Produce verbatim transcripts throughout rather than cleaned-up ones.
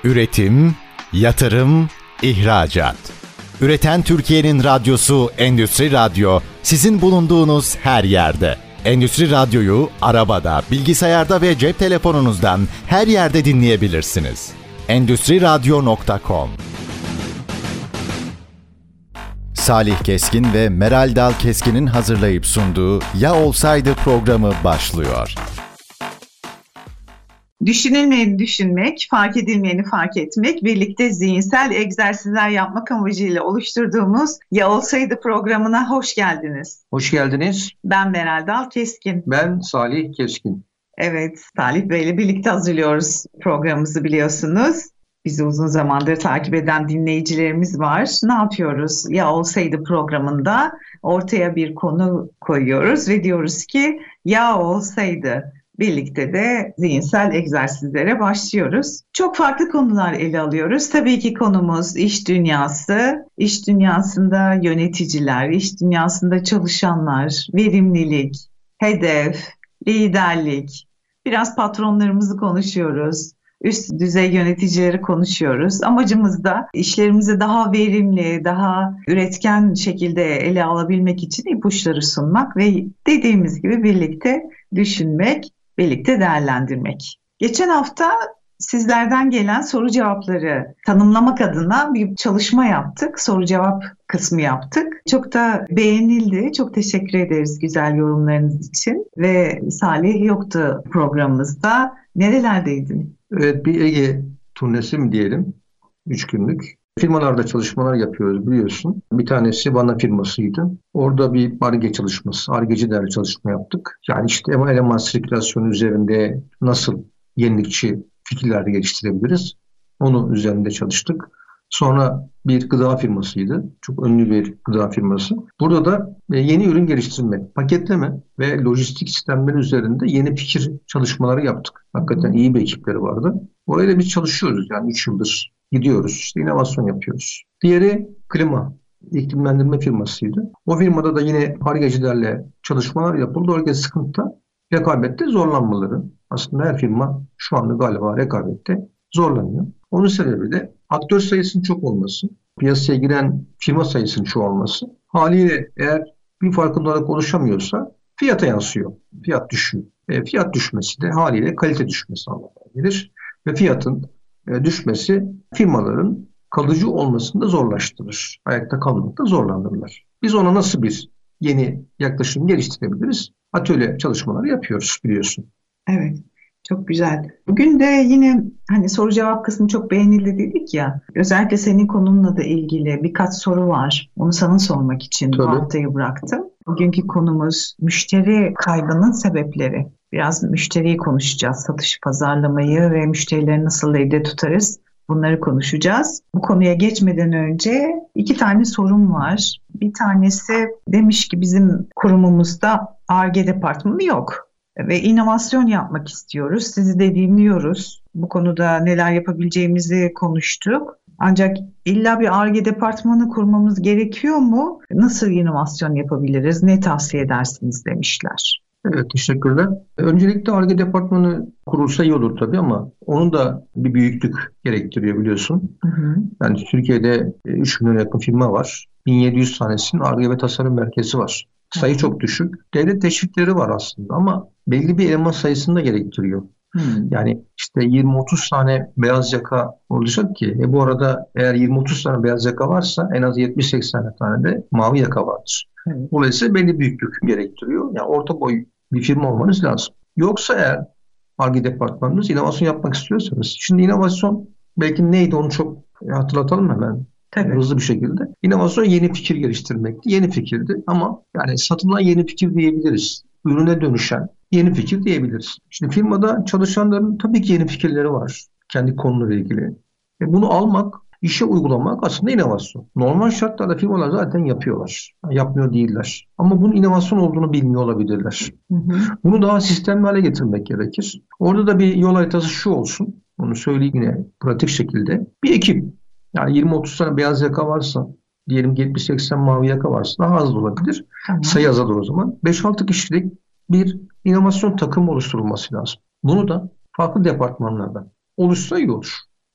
Üretim, yatırım, ihracat. Üreten Türkiye'nin radyosu Endüstri Radyo, sizin bulunduğunuz her yerde. Endüstri Radyo'yu arabada, bilgisayarda ve cep telefonunuzdan her yerde dinleyebilirsiniz. endüstri radyo nokta com. Salih Keskin ve Meral Dal Keskin'in hazırlayıp sunduğu Ya Olsaydı programı başlıyor. Düşünülmeyeni düşünmek, fark edilmeyeni fark etmek, birlikte zihinsel egzersizler yapmak amacıyla oluşturduğumuz Ya Olsaydı programına hoş geldiniz. Hoş geldiniz. Ben Meral Dal Keskin. Ben Salih Keskin. Evet, Salih Bey ile birlikte hazırlıyoruz programımızı, biliyorsunuz. Bizi uzun zamandır takip eden dinleyicilerimiz var. Ne yapıyoruz? Ya Olsaydı programında ortaya bir konu koyuyoruz ve diyoruz ki ya olsaydı. Birlikte de zihinsel egzersizlere başlıyoruz. Çok farklı konular ele alıyoruz. Tabii ki konumuz iş dünyası. İş dünyasında yöneticiler, iş dünyasında çalışanlar, verimlilik, hedef, liderlik. Biraz patronlarımızı konuşuyoruz. Üst düzey yöneticileri konuşuyoruz. Amacımız da işlerimizi daha verimli, daha üretken şekilde ele alabilmek için ipuçları sunmak ve dediğimiz gibi birlikte düşünmek, birlikte değerlendirmek. Geçen hafta sizlerden gelen soru cevapları tanımlamak adına bir çalışma yaptık. Soru cevap kısmı yaptık. Çok da beğenildi. Çok teşekkür ederiz güzel yorumlarınız için. Ve Salih yoktu programımızda. Nerelerdeydin? Evet, bir Ege turnesi mi diyelim? Üç günlük. Firmalarda çalışmalar yapıyoruz, biliyorsun. Bir tanesi Vana firmasıydı. Orada bir Ar-Ge çalışması, Ar-Ge'ci değerli çalışma yaptık. Yani işte eleman sirkülasyonu üzerinde nasıl yenilikçi fikirler geliştirebiliriz? Onun üzerinde çalıştık. Sonra bir gıda firmasıydı. Çok ünlü bir gıda firması. Burada da yeni ürün geliştirme, paketleme ve lojistik sistemleri üzerinde yeni fikir çalışmaları yaptık. Hakikaten iyi bir ekipleri vardı. Orayla biz çalışıyoruz, yani üç yıldır gidiyoruz. İşte inovasyon yapıyoruz. Diğeri klima, iklimlendirme firmasıydı. O firmada da yine Ar-Ge'cilerle çalışmalar yapıldı. Orada sıkıntı, rekabette zorlanmaları. Aslında her firma şu anda galiba rekabette zorlanıyor. Onun sebebi de aktör sayısının çok olması, piyasaya giren firma sayısının çoğalması. Haliyle eğer bir farkında olarak oluşamıyorsa fiyata yansıyor. Fiyat düşüyor. E, fiyat düşmesi de haliyle kalite düşmesi anlamına gelir. Ve fiyatın e, düşmesi firmaların kalıcı olmasını da zorlaştırır. Ayakta kalmakta zorlandırırlar. Biz ona nasıl bir yeni yaklaşım geliştirebiliriz? Atölye çalışmaları yapıyoruz, biliyorsun. Evet. Çok güzel. Bugün de yine hani soru cevap kısmı çok beğenildi dedik ya. Özellikle senin konunla da ilgili birkaç soru var. Onu sana sormak için Tabii. bu haftayı bıraktım. Bugünkü konumuz müşteri kaybının sebepleri. Biraz müşteriyi konuşacağız. Satış, pazarlamayı ve müşterileri nasıl elde tutarız? Bunları konuşacağız. Bu konuya geçmeden önce iki tane sorum var. Bir tanesi demiş ki bizim kurumumuzda Ar-Ge departmanı yok. Ve inovasyon yapmak istiyoruz. Sizi de dinliyoruz. Bu konuda neler yapabileceğimizi konuştuk. Ancak illa bir Ar-Ge departmanı kurmamız gerekiyor mu? Nasıl inovasyon yapabiliriz? Ne tavsiye edersiniz demişler. Evet, teşekkürler. Öncelikle Ar-Ge departmanı kurulsa iyi olur tabii ama onun da bir büyüklük gerektiriyor, biliyorsun. Hı hı. Yani Türkiye'de üç milyona yakın firma var. bin yedi yüz tanesinin Ar-Ge ve tasarım merkezi var. Sayı hı. çok düşük. Devlet teşvikleri var aslında ama belli bir eleman sayısını da gerektiriyor. Hmm. Yani işte yirmi otuz tane beyaz yaka olacak ki e bu arada eğer yirmi otuz tane beyaz yaka varsa en az yetmiş seksen tane de mavi yaka vardır. Hmm. Dolayısıyla belli büyüklük gerektiriyor. Yani orta boy bir firma olmanız lazım. Yoksa eğer Ar-Ge departmanınız inovasyon yapmak istiyorsanız, şimdi inovasyon belki neydi onu çok hatırlatalım hemen. Tabii. Hızlı bir şekilde. İnovasyon yeni fikir geliştirmekti. Yeni fikirdi ama yani satılan yeni fikir diyebiliriz. Ürüne dönüşen yeni fikir diyebiliriz. Şimdi firmada çalışanların tabii ki yeni fikirleri var. Kendi konularıyla ilgili. E bunu almak, işe uygulamak aslında inovasyon. Normal şartlarda firmalar zaten yapıyorlar. Yapmıyor değiller. Ama bunun inovasyon olduğunu bilmiyor olabilirler. Hı hı. Bunu daha sistemli hale getirmek gerekir. Orada da bir yol haritası şu olsun. Onu söyleyeyim yine pratik şekilde. Bir ekip. Yani yirmi otuz tane beyaz yaka varsa, diyelim yetmiş seksen mavi yaka varsa daha az olabilir. Tamam. Sayı azalır o zaman. beş altı kişilik bir inovasyon takımı oluşturulması lazım. Bunu da farklı departmanlardan oluşsa iyi olur.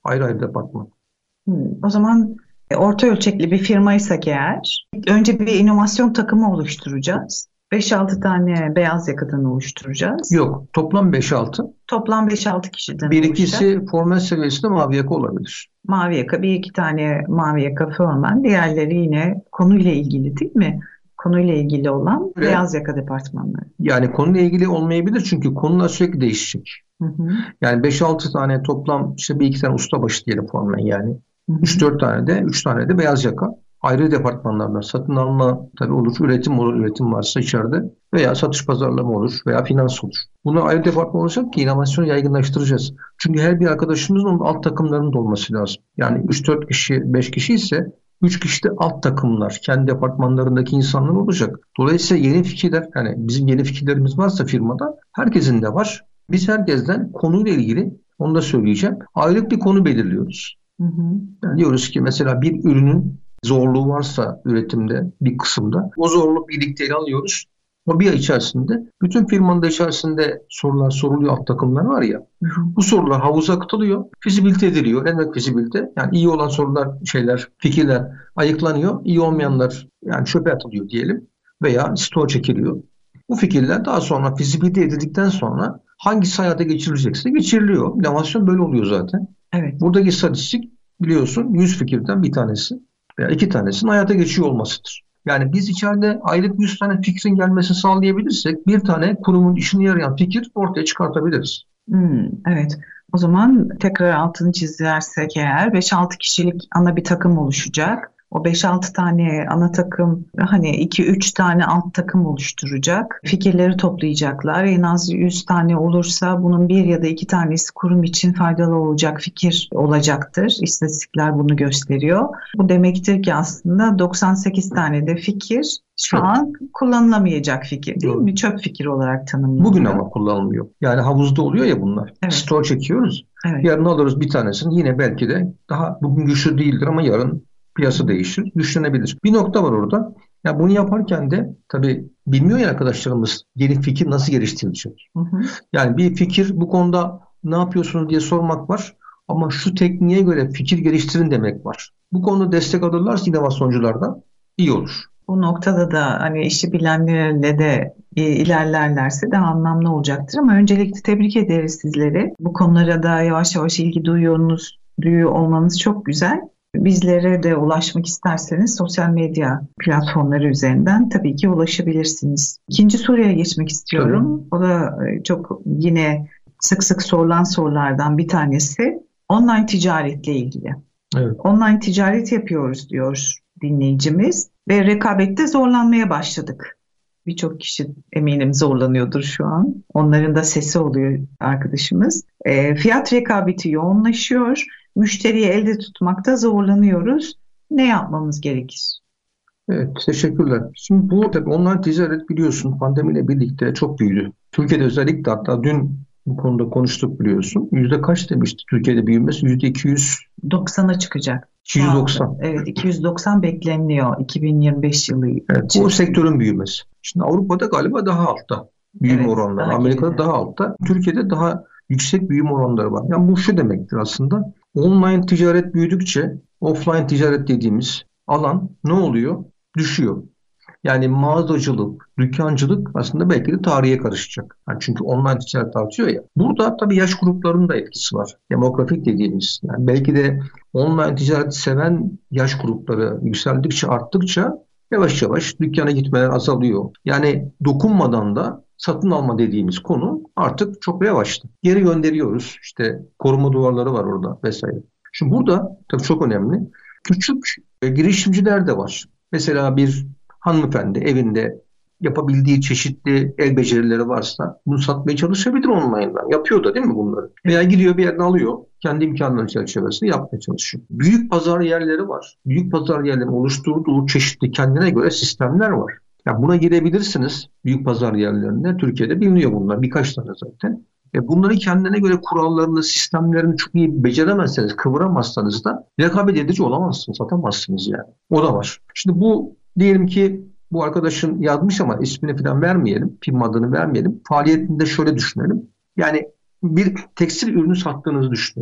Ayrı ayrı departman. Hmm, o zaman orta ölçekli bir firmaysak eğer önce bir inovasyon takımı oluşturacağız. beş altı tane beyaz yakadan oluşturacağız. Yok, toplam beş altı. Toplam beş altı kişiden Bir oluşacak. ikisi formal seviyesinde mavi yaka olabilir. Mavi yaka, bir iki tane mavi yaka formal. Diğerleri yine konuyla ilgili değil mi? Konuyla ilgili olan Evet. beyaz yaka departmanları. Yani konuyla ilgili olmayabilir çünkü konular sürekli değişecek. Hı hı. Yani beş altı tane toplam işte bir iki tane ustabaşı diyelim formal yani. üç dört tane de üç tane de beyaz yaka. Ayrı departmanlardan satın alma tabii olur, üretim olur, üretim varsa içeride veya satış pazarlama olur veya finans olur. Bunlar ayrı departman olacak ki inovasyonu yaygınlaştıracağız. Çünkü her bir arkadaşımızın onun alt takımlarının da olması lazım. Yani üç dört kişi, beş kişi ise üç kişi de alt takımlar, kendi departmanlarındaki insanlar olacak. Dolayısıyla yeni fikirler, yani bizim yeni fikirlerimiz varsa firmada herkesin de var. Biz herkesten konuyla ilgili, onu da söyleyeceğim, aylık bir konu belirliyoruz. Hı hı. Yani diyoruz ki mesela bir ürünün zorluğu varsa üretimde bir kısımda o zorluğu birlikte ele alıyoruz. O bir ay içerisinde bütün firmanın da içerisinde sorular soruluyor, alt takımlar var ya. Hı hı. Bu sorular havuza akıtılıyor, fizibilite ediliyor. Ne demek fizibilite? Yani iyi olan sorular, şeyler, fikirler ayıklanıyor. İyi olmayanlar yani çöpe atılıyor diyelim veya stoğa çekiliyor. Bu fikirler daha sonra fizibilite edildikten sonra hangisi hayata geçirilecekse geçiriliyor. İnovasyon böyle oluyor zaten. Evet. Buradaki istatistik biliyorsun yüz fikirden bir tanesi veya iki tanesinin hayata geçiyor olmasıdır. Yani biz içeride aylık yüz tane fikrin gelmesini sağlayabilirsek bir tane kurumun işine yarayan fikir ortaya çıkartabiliriz. Hmm, evet. O zaman tekrar altını çizersek eğer beş altı kişilik ana bir takım oluşacak. O beş altı tane ana takım hani iki üç tane alt takım oluşturacak. Fikirleri toplayacaklar. En az yüz tane olursa bunun bir ya da iki tanesi kurum için faydalı olacak fikir olacaktır. İstatistikler bunu gösteriyor. Bu demektir ki aslında doksan sekiz tane de fikir şu Evet. an kullanılamayacak fikir değil Doğru. mi? Çöp fikir olarak tanımlanıyor. Bugün ama kullanılmıyor. Yani havuzda oluyor ya bunlar. Evet. Store çekiyoruz. Evet. Yarın alırız bir tanesini. Yine belki de daha bugün güçlü değildir ama yarın piyasa değişir, güçlenebilir. Bir nokta var orada. Ya bunu yaparken de tabii bilmiyor ya arkadaşlarımız yeni fikir nasıl geliştirilecek. Hı hı. Yani bir fikir bu konuda ne yapıyorsunuz diye sormak var. Ama şu tekniğe göre fikir geliştirin demek var. Bu konuda destek alırlarsa inovasyonculardan iyi olur. Bu noktada da hani işi bilenlerle de e, ilerlerlerse daha anlamlı olacaktır. Ama öncelikle tebrik ederiz sizleri. Bu konulara da yavaş yavaş ilgi duyuyorsunuz, duyuyor olmanız çok güzel. Bizlere de ulaşmak isterseniz sosyal medya platformları üzerinden tabii ki ulaşabilirsiniz. İkinci soruya geçmek istiyorum. O da çok yine sık sık sorulan sorulardan bir tanesi. Online ticaretle ilgili. Evet. Online ticaret yapıyoruz diyor dinleyicimiz ve rekabette zorlanmaya başladık. Birçok kişi eminim zorlanıyordur şu an. Onların da sesi oluyor arkadaşımız. E, fiyat rekabeti yoğunlaşıyor. Müşteriyi elde tutmakta zorlanıyoruz. Ne yapmamız gerekir? Evet, teşekkürler. Şimdi bu tabii online ticaret biliyorsun pandemiyle birlikte çok büyüdü. Türkiye'de özellikle hatta dün bu konuda konuştuk biliyorsun. Yüzde kaç demişti Türkiye'de büyümesi? Yüzde iki yüz doksana çıkacak. iki yüz doksan. Evet, iki yüz doksan bekleniyor iki bin yirmi beş yılı Evet, için. bu sektörün büyümesi. Şimdi Avrupa'da galiba daha altta büyüme Evet, oranları. daha Amerika'da geride. daha altta. Türkiye'de daha yüksek büyüme oranları var. Yani bu şu demektir aslında. Online ticaret büyüdükçe offline ticaret dediğimiz alan ne oluyor? Düşüyor. Yani mağazacılık, dükkancılık aslında belki de tarihe karışacak. Yani çünkü online ticaret artıyor ya. Burada tabii yaş gruplarının da etkisi var. Demografik dediğimiz. Yani belki de online ticareti seven yaş grupları yükseldikçe, arttıkça yavaş yavaş dükkana gitmeler azalıyor. Yani dokunmadan da satın alma dediğimiz konu artık çok yavaştı. Geri gönderiyoruz. İşte koruma duvarları var orada vesaire. Şimdi burada tabii çok önemli. Küçük e, girişimciler de var. Mesela bir hanımefendi evinde yapabildiği çeşitli el becerileri varsa bunu satmaya çalışabilir online'dan. Yapıyor da değil mi bunları? Veya gidiyor bir yerden alıyor. Kendi imkanları çerçevesinde yapmaya çalışıyor. Büyük pazar yerleri var. Büyük pazar yerlerinin oluşturduğu çeşitli kendine göre sistemler var. Yani buna girebilirsiniz büyük pazar yerlerine. Türkiye'de biliniyor bunlar. Birkaç tane zaten. E bunları kendine göre kurallarını, sistemlerini çok iyi beceremezseniz, kıvıramazsanız da rekabet edici olamazsınız, satamazsınız yani. O da var. Şimdi bu diyelim ki bu arkadaşın yazmış ama ismini falan vermeyelim, firma adını vermeyelim. Faaliyetinde şöyle düşünelim. Yani bir tekstil ürünü sattığınızı düşünelim.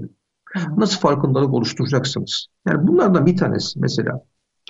Nasıl farkındalık oluşturacaksınız? Yani bunlardan bir tanesi mesela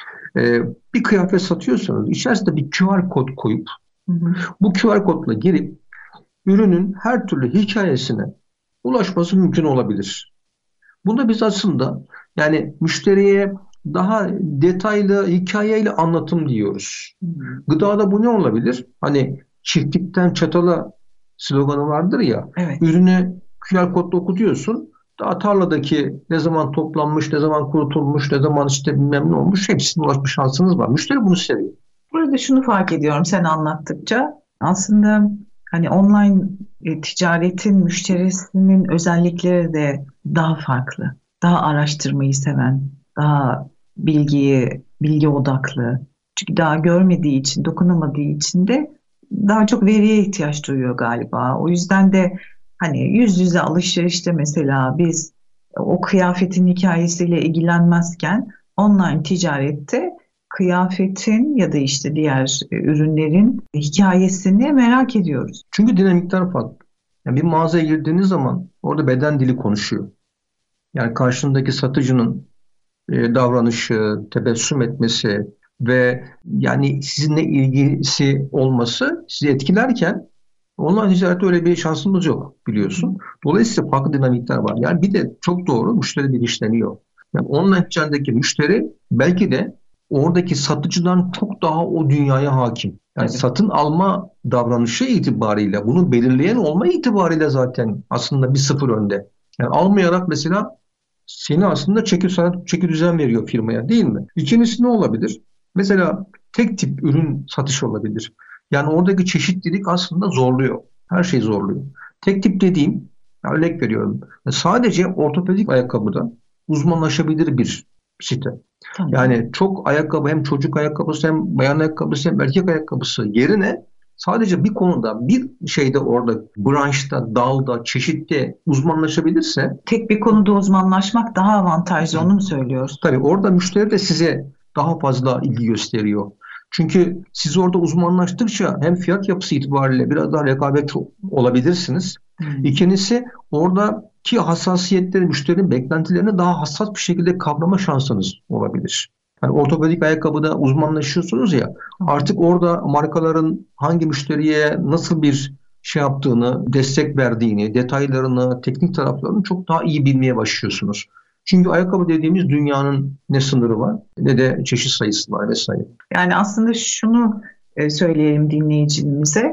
e, bir kıyafet satıyorsanız içerisinde bir Q R kod koyup hı hı. bu Q R kodla girip ürünün her türlü hikayesine ulaşması mümkün olabilir. Bunda biz aslında yani müşteriye daha detaylı hikayeyle anlatım diyoruz. Hı hı. Gıdada bu ne olabilir? Hani çiftlikten çatala sloganı vardır ya. Evet. Ürünü Q R kodla okutuyorsun. Daha tarladaki ne zaman toplanmış, ne zaman kurutulmuş, ne zaman işte bilmem ne olmuş hepsine ulaşma şansınız var. Müşteri bunu seviyor. Burada şunu fark ediyorum sen anlattıkça. Aslında hani online e, ticaretin müşterisinin özellikleri de daha farklı. Daha araştırmayı seven, daha bilgiyi, bilgi odaklı. Çünkü daha görmediği için, dokunamadığı için de daha çok veriye ihtiyaç duyuyor galiba. O yüzden de hani yüz yüze alışverişte mesela biz o kıyafetin hikayesiyle ilgilenmezken online ticarette kıyafetin ya da işte diğer ürünlerin hikayesini merak ediyoruz. Çünkü dinamikler farklı. Yani bir mağazaya girdiğiniz zaman orada beden dili konuşuyor. Yani karşındaki satıcının e, davranışı, tebessüm etmesi ve yani sizinle ilgisi olması sizi etkilerken online ticarette öyle bir şansımız yok biliyorsun. Dolayısıyla farklı dinamikler var. Yani bir de çok doğru müşteri bilinçleniyor. Yani online ticaretteki müşteri belki de oradaki satıcıdan çok daha o dünyaya hakim. Yani evet. Satın alma davranışı itibariyle, bunu belirleyen olma itibariyle zaten aslında bir sıfır önde. Yani almayarak mesela seni aslında çeki, sana çeki düzen veriyor firmaya değil mi? İkincisi ne olabilir? Mesela tek tip ürün satışı olabilir. Yani oradaki çeşitlilik aslında zorluyor. Her şey zorluyor. Tek tip dediğim, örnek veriyorum. Sadece ortopedik ayakkabıda uzmanlaşabilir bir site. Tamam. Yani çok ayakkabı hem çocuk ayakkabısı hem bayan ayakkabısı hem erkek ayakkabısı yerine sadece bir konuda bir şeyde orada branşta, dalda, çeşitte uzmanlaşabilirse. Tek bir konuda uzmanlaşmak daha avantajlı onu mu söylüyoruz? Tabii orada müşteri de size daha fazla ilgi gösteriyor. Çünkü siz orada uzmanlaştıkça hem fiyat yapısı itibariyle biraz daha rekabetçi olabilirsiniz. Hmm. İkincisi oradaki hassasiyetleri, müşterinin beklentilerini daha hassas bir şekilde kavrama şansınız olabilir. Yani ortopedik ayakkabıda uzmanlaşıyorsunuz ya, artık orada markaların hangi müşteriye nasıl bir şey yaptığını, destek verdiğini, detaylarını, teknik taraflarını çok daha iyi bilmeye başlıyorsunuz. Çünkü ayakkabı dediğimiz dünyanın ne sınırı var ne de çeşit sayısı var vesaire. Yani aslında şunu söyleyelim dinleyicimize.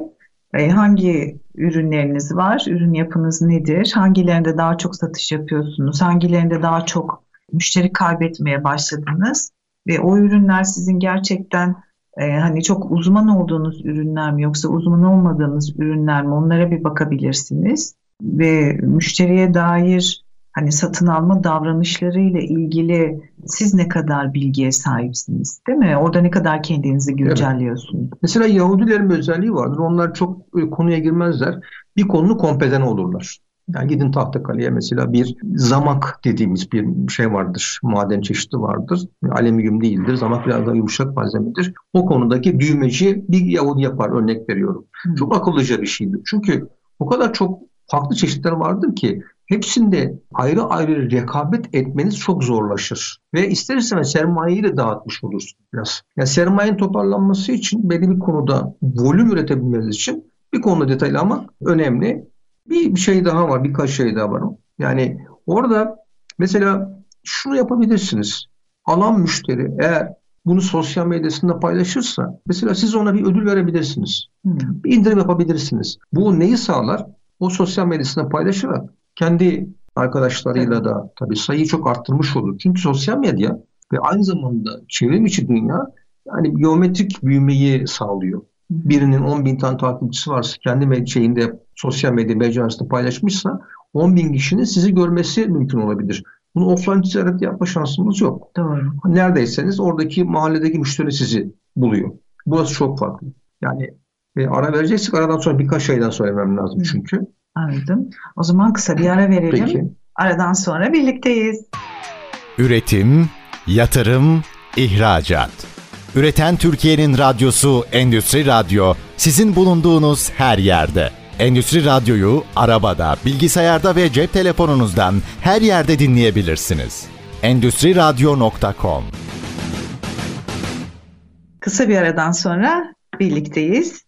Hangi ürünleriniz var? Ürün yapınız nedir? Hangilerinde daha çok satış yapıyorsunuz? Hangilerinde daha çok müşteri kaybetmeye başladınız? Ve o ürünler sizin gerçekten e, hani çok uzman olduğunuz ürünler mi yoksa uzman olmadığınız ürünler mi? Onlara bir bakabilirsiniz. Ve müşteriye dair hani satın alma davranışlarıyla ilgili siz ne kadar bilgiye sahipsiniz, değil mi? Orada ne kadar kendinizi güncelliyorsunuz? Evet. Mesela Yahudilerin bir özelliği vardır. Onlar çok konuya girmezler. Bir konunun kompeten olurlar. Yani gidin Tahtakale'ye mesela bir zamak dediğimiz bir şey vardır. Maden çeşidi vardır. Alüminyum değildir. Zamak biraz daha yumuşak malzemedir. O konudaki düğmeci bir Yahudi yapar, örnek veriyorum. Hmm. Çok akıllıca bir şeydir. Çünkü o kadar çok farklı çeşitler vardır ki hepsinde ayrı ayrı rekabet etmeniz çok zorlaşır. Ve ister istemez sermayeyi de dağıtmış olursun biraz. Yani sermayenin toparlanması için belli bir konuda volüm üretebilmeniz için bir konuda detaylamak önemli. Bir, bir şey daha var, birkaç şey daha var. Yani orada mesela şunu yapabilirsiniz. Alan müşteri eğer bunu sosyal medyasında paylaşırsa mesela siz ona bir ödül verebilirsiniz. Hmm. Bir indirim yapabilirsiniz. Bu neyi sağlar? O sosyal medyasında paylaşarak kendi arkadaşlarıyla da tabii sayıyı çok arttırmış olur. Çünkü sosyal medya ve aynı zamanda çevrim içi dünya yani geometrik büyümeyi sağlıyor. Birinin on bin tane takipçisi varsa kendi şeyinde sosyal medya mecrasında paylaşmışsa on bin kişinin sizi görmesi mümkün olabilir. Bunu offline ticaret yapma şansımız yok. Doğru. Neredeyseniz oradaki mahalledeki müşteri sizi buluyor. Burası çok farklı. Yani e, ara vereceksek aradan sonra birkaç şeyden söylemem lazım çünkü. Anladım. O zaman kısa bir ara verelim. Peki. Aradan sonra birlikteyiz. Üretim, yatırım, ihracat. Üreten Türkiye'nin radyosu Endüstri Radyo sizin bulunduğunuz her yerde. Endüstri Radyo'yu arabada, bilgisayarda ve cep telefonunuzdan her yerde dinleyebilirsiniz. endüstri radyo nokta com. Kısa bir aradan sonra birlikteyiz.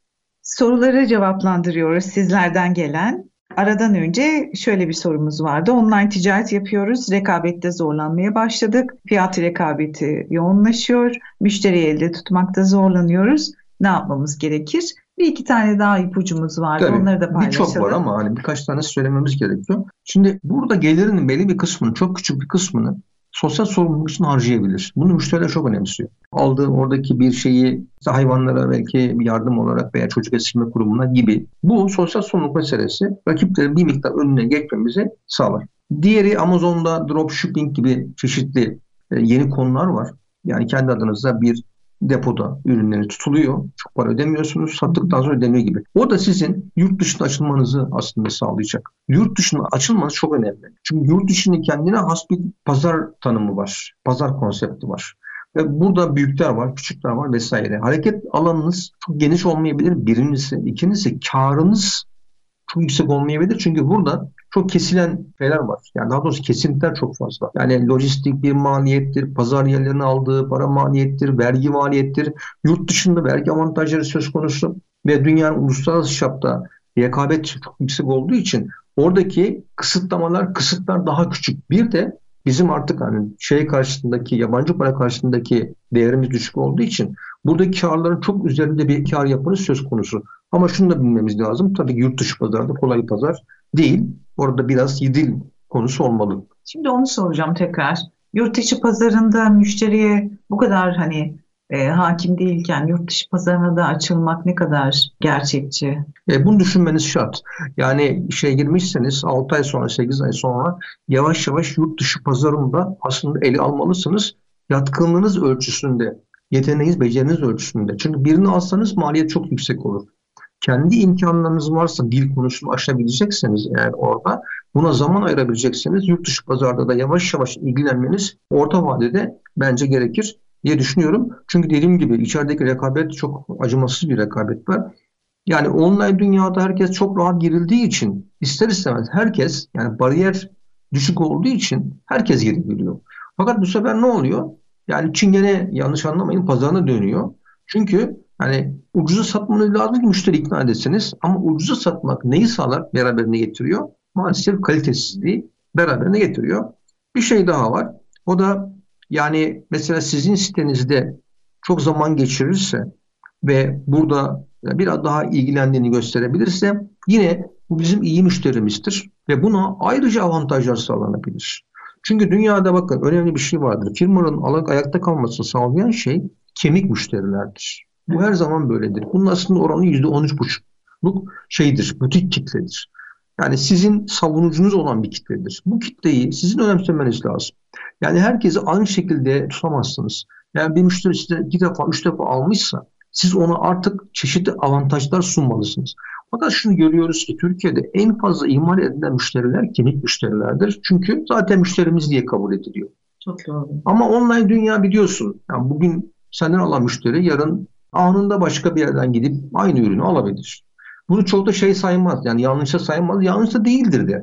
Soruları cevaplandırıyoruz sizlerden gelen. Aradan önce şöyle bir sorumuz vardı. Online ticaret yapıyoruz. Rekabette zorlanmaya başladık. Fiyat rekabeti yoğunlaşıyor. Müşteriyi elde tutmakta zorlanıyoruz. Ne yapmamız gerekir? Bir iki tane daha ipucumuz vardı. Tabii, onları da paylaşalım. birçok var ama hani birkaç tane söylememiz gerekiyor. Şimdi burada gelirinin belli bir kısmını, çok küçük bir kısmını sosyal sorumluluk için harcayabilir. Bunu müşteriler çok önemsiyor. Aldığı oradaki bir şeyi işte hayvanlara belki yardım olarak veya çocuk yetiştirme kurumuna gibi. Bu sosyal sorumluluk meselesi rakiplerin bir miktar önüne geçmemizi sağlar. Diğeri Amazon'da dropshipping gibi çeşitli yeni konular var. Yani kendi adınıza bir depoda ürünleri tutuluyor. Çok para ödemiyorsunuz. Sattıktan sonra ödeniyor gibi. O da sizin yurt dışına açılmanızı aslında sağlayacak. Yurt dışına açılmanız çok önemli. Çünkü yurt dışının kendine has bir pazar tanımı var. Pazar konsepti var. Ve burada büyükler var, küçükler var vesaire. Hareket alanınız çok geniş olmayabilir. Birincisi. İkincisi karınız çok yüksek olmayabilir. Çünkü burada çok kesilen şeyler var. Yani daha doğrusu kesintiler çok fazla. Yani lojistik bir maliyettir, pazar yerlerini aldığı para maliyettir, vergi maliyettir. Yurt dışında vergi avantajları söz konusu ve dünyanın uluslararası çapta rekabet çok yüksek olduğu için oradaki kısıtlamalar, kısıtlar daha küçük. Bir de bizim artık hani şey karşısındaki, yabancı para karşısındaki değerimiz düşük olduğu için buradaki karların çok üzerinde bir kar yapmanız söz konusu. Ama şunu da bilmemiz lazım. Tabii ki yurt dışı pazarda kolay bir pazar değil. Orada biraz dil konusu olmalı. Şimdi onu soracağım tekrar. Yurt dışı pazarında müşteriye bu kadar hani e, hakim değilken yurt dışı pazarına da açılmak ne kadar gerçekçi? E, bunu düşünmeniz şart. Yani işe girmişseniz altı ay sonra, sekiz ay sonra yavaş yavaş yurt dışı pazarında aslında ele almalısınız. Yatkınlığınız ölçüsünde, yeteneğiniz, beceriniz ölçüsünde. Çünkü birini alsanız maliyet çok yüksek olur. Kendi imkanlarınız varsa dil konusunu aşabilecekseniz eğer orada buna zaman ayırabilecekseniz yurt dışı pazarda da yavaş yavaş ilgilenmeniz orta vadede bence gerekir diye düşünüyorum. Çünkü dediğim gibi içerideki rekabet çok acımasız bir rekabet var. Yani online dünyada herkes çok rahat girildiği için ister istemez herkes yani bariyer düşük olduğu için herkes girebiliyor. Fakat bu sefer ne oluyor? Yani Çingene yanlış anlamayın pazarına dönüyor. Çünkü hani ucuza satmanız lazım ki müşteri ikna edesiniz. Ama ucuza satmak neyi sağlar? Beraberine getiriyor. Maalesef kalitesizliği beraberine getiriyor. Bir şey daha var. O da yani mesela sizin sitenizde çok zaman geçirirse ve burada biraz daha ilgilendiğini gösterebilirse yine bu bizim iyi müşterimizdir. Ve buna ayrıca avantajlar sağlanabilir. Çünkü dünyada bakın önemli bir şey vardır. Firmanın ayakta kalmasını sağlayan şey kemik müşterilerdir. Bu her zaman böyledir. Bunun aslında oranı yüzde on üç buçukluk şeydir, butik kitledir. Yani sizin savunucunuz olan bir kitledir. Bu kitleyi sizin önemsemeniz lazım. Yani herkesi aynı şekilde tutamazsınız. Yani bir müşteri size iki defa, üç defa almışsa siz ona artık çeşitli avantajlar sunmalısınız. Fakat şunu görüyoruz ki Türkiye'de en fazla ihmal edilen müşteriler kemik müşterilerdir. Çünkü zaten müşterimiz diye kabul ediliyor. Çok doğru. Ama online dünya biliyorsun. Yani bugün senden alan müşteri yarın anında başka bir yerden gidip aynı ürünü alabilir. Bunu çok da şey saymaz. Yani yanlışa saymaz. Yanlış da değildir de.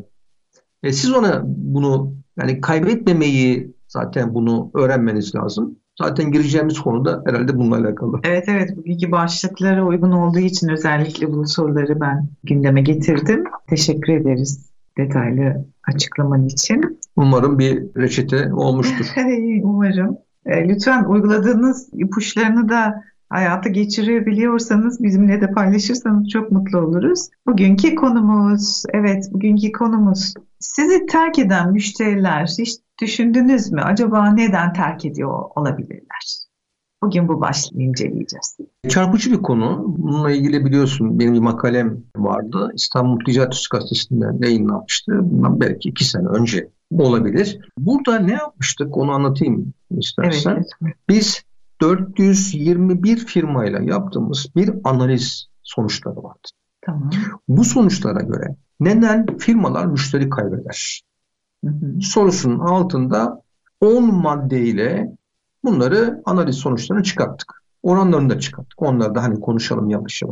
E siz ona bunu yani kaybetmemeyi zaten bunu öğrenmeniz lazım. Zaten gireceğimiz konu da herhalde bununla alakalı. Evet evet bugünkü başlıklara uygun olduğu için özellikle bu soruları ben gündeme getirdim. Teşekkür ederiz detaylı açıklaman için. Umarım bir reçete olmuştur. Umarım. E, lütfen uyguladığınız ipuçlarını da hayata geçirebiliyorsanız bizimle de paylaşırsanız çok mutlu oluruz. Bugünkü konumuz, evet bugünkü konumuz sizi terk eden müşteriler hiç düşündünüz mü? Acaba neden terk ediyor olabilirler? Bugün bu başlığı inceleyeceğiz. Çarpıcı bir konu. Bununla ilgili biliyorsun benim bir makalem vardı. İstanbul Ticaret Üst Gazetesi'nden yayınlanmıştı. Bundan belki iki sene önce olabilir. Burada ne yapmıştık onu anlatayım istersen. Evet, evet. Biz dört yüz yirmi bir firmayla yaptığımız bir analiz sonuçları vardı. Tamam. Bu sonuçlara göre neden firmalar müşteri kaybeder? Hı hı. Sorusunun altında on maddeyle bunları analiz sonuçlarını çıkarttık. Oranlarını da çıkarttık. Onları da hani konuşalım yavaş yavaş.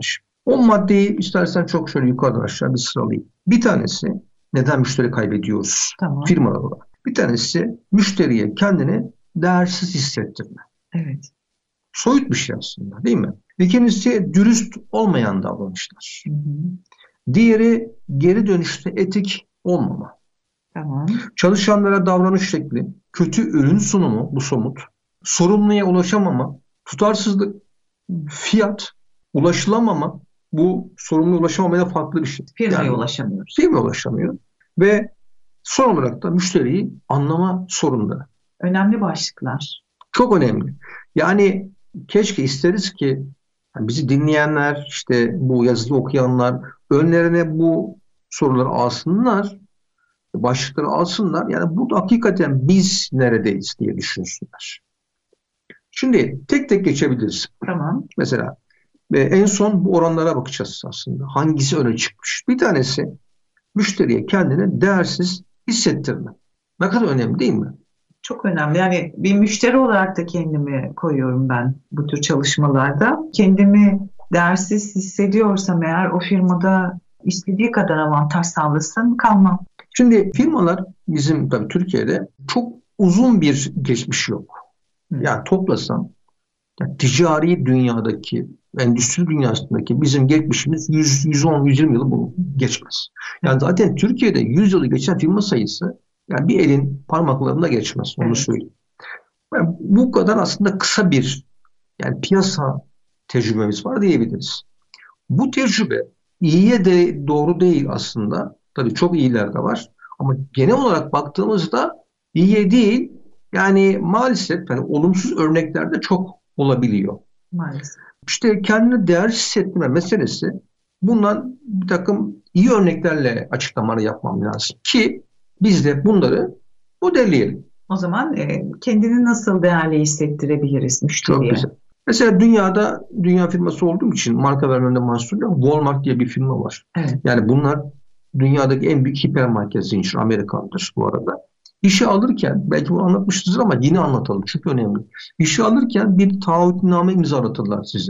On maddeyi istersen çok şöyle yukarıdan aşağı bir sıralayayım. Bir tanesi neden müşteri kaybediyoruz Tamam. firmalar olarak. Bir tanesi müşteriye kendini değersiz hissettirme. Evet. Soyut bir şey aslında, değil mi? İkincisi dürüst olmayan davranışlar. Hı hı. Diğeri geri dönüşte etik olmama. Tamam. Çalışanlara davranış şekli, kötü ürün sunumu, bu somut. Sorumluya ulaşamama, tutarsızlık, fiyat, ulaşılamama, bu sorumluya ulaşamamaya farklı bir şey. Firmaya Yani, ulaşamıyoruz. firmaya ulaşamıyor. Ve son olarak da müşteriyi anlama sorunları. Önemli başlıklar. Çok önemli. Yani keşke isteriz ki yani bizi dinleyenler, işte bu yazıyı okuyanlar önlerine bu soruları alsınlar, başlıkları alsınlar. Yani bu hakikaten biz neredeyiz diye düşünsünler. Şimdi tek tek geçebiliriz. Tamam. Mesela ve en son bu oranlara bakacağız aslında. Hangisi öne çıkmış? Bir tanesi müşteriye kendini değersiz hissettirme. Ne kadar önemli değil mi? Çok önemli. Yani bir müşteri olarak da kendimi koyuyorum ben bu tür çalışmalarda. Kendimi değersiz hissediyorsam eğer o firmada istediği kadar avantaj sağlasın kalmam. Şimdi firmalar bizim tabii Türkiye'de çok uzun bir geçmiş yok. Yani toplasam yani ticari dünyadaki, endüstri dünyasındaki bizim geçmişimiz yüz, yüz on, yüz yirmi yılı bunu geçmez. Yani zaten Türkiye'de yüz yılı geçen firma sayısı yani bir elin parmaklarında geçmez. Onu Evet. söyleyeyim. Yani bu kadar aslında kısa bir yani piyasa tecrübemiz var diyebiliriz. Bu tecrübe iyiye de doğru değil aslında. Tabii çok iyiler de var. Ama genel olarak baktığımızda iyiye değil yani maalesef yani olumsuz örnekler de çok olabiliyor. Maalesef. İşte kendini değer hissetme meselesi bundan bir takım iyi örneklerle açıklamaları yapmam lazım ki biz de bunları modelleyelim. O zaman e, kendini nasıl değerli hissettirebiliriz müşteriye? Çok güzel. Mesela dünyada dünya firması olduğum için marka vermemde mahsur yok. Walmart diye bir firma var. Evet. Yani bunlar dünyadaki en büyük hipermarket zinciri, Amerikan'dır bu arada. İşi alırken belki bunu anlatmışızdır ama yine anlatalım çünkü önemli. İşi alırken bir taahhütname imzalatırlar size.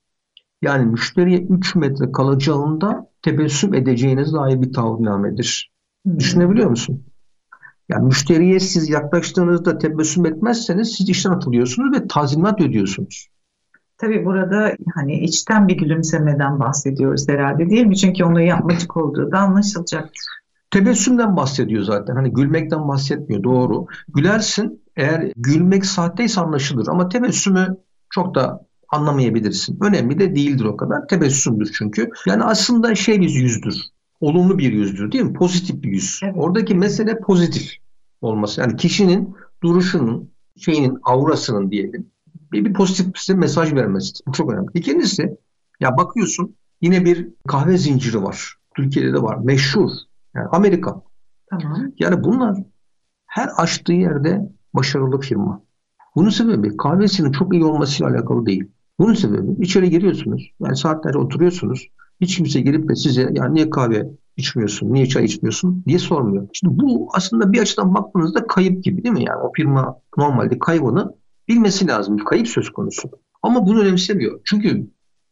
Yani müşteriye üç metre kalacağında tebessüm edeceğiniz dair bir taahhütnamedir. Hmm. Düşünebiliyor musun? Yani müşteriye siz yaklaştığınızda tebessüm etmezseniz siz işten atılıyorsunuz ve tazminat ödüyorsunuz. Tabii burada hani içten bir gülümsemeden bahsediyoruz herhalde değil mi? Çünkü onu yapmacık olduğu da anlaşılacaktır. Tebessümden bahsediyor zaten. Hani gülmekten bahsetmiyor. Doğru. Gülersin. Eğer gülmek sahteyse anlaşılır. Ama tebessümü çok da anlamayabilirsin. Önemli de değildir o kadar. Tebessümdür çünkü. Yani aslında şey bir yüzdür. Olumlu bir yüzdür değil mi? Pozitif bir yüz. Evet. Oradaki mesele pozitif olması. Yani kişinin duruşunun, şeyinin, aurasının diyelim. Bir, bir pozitif size mesaj vermesi. Bu çok önemli. İkincisi ya bakıyorsun yine bir kahve zinciri var. Türkiye'de de var. Meşhur. Yani Amerika. Tamam. Yani bunlar her açtığı yerde başarılı firma. Bunun sebebi kahvesinin çok iyi olmasıyla alakalı değil. Bunun sebebi içeri giriyorsunuz. Yani saatlerce oturuyorsunuz. Hiç kimse gelip de size yani niye kahve içmiyorsun, niye çay içmiyorsun diye sormuyor. Şimdi bu aslında bir açıdan baktığınızda kayıp gibi değil mi? Yani o firma normalde kaybını bilmesi lazım. Bir kayıp söz konusu. Ama bunu önemsemiyor. Çünkü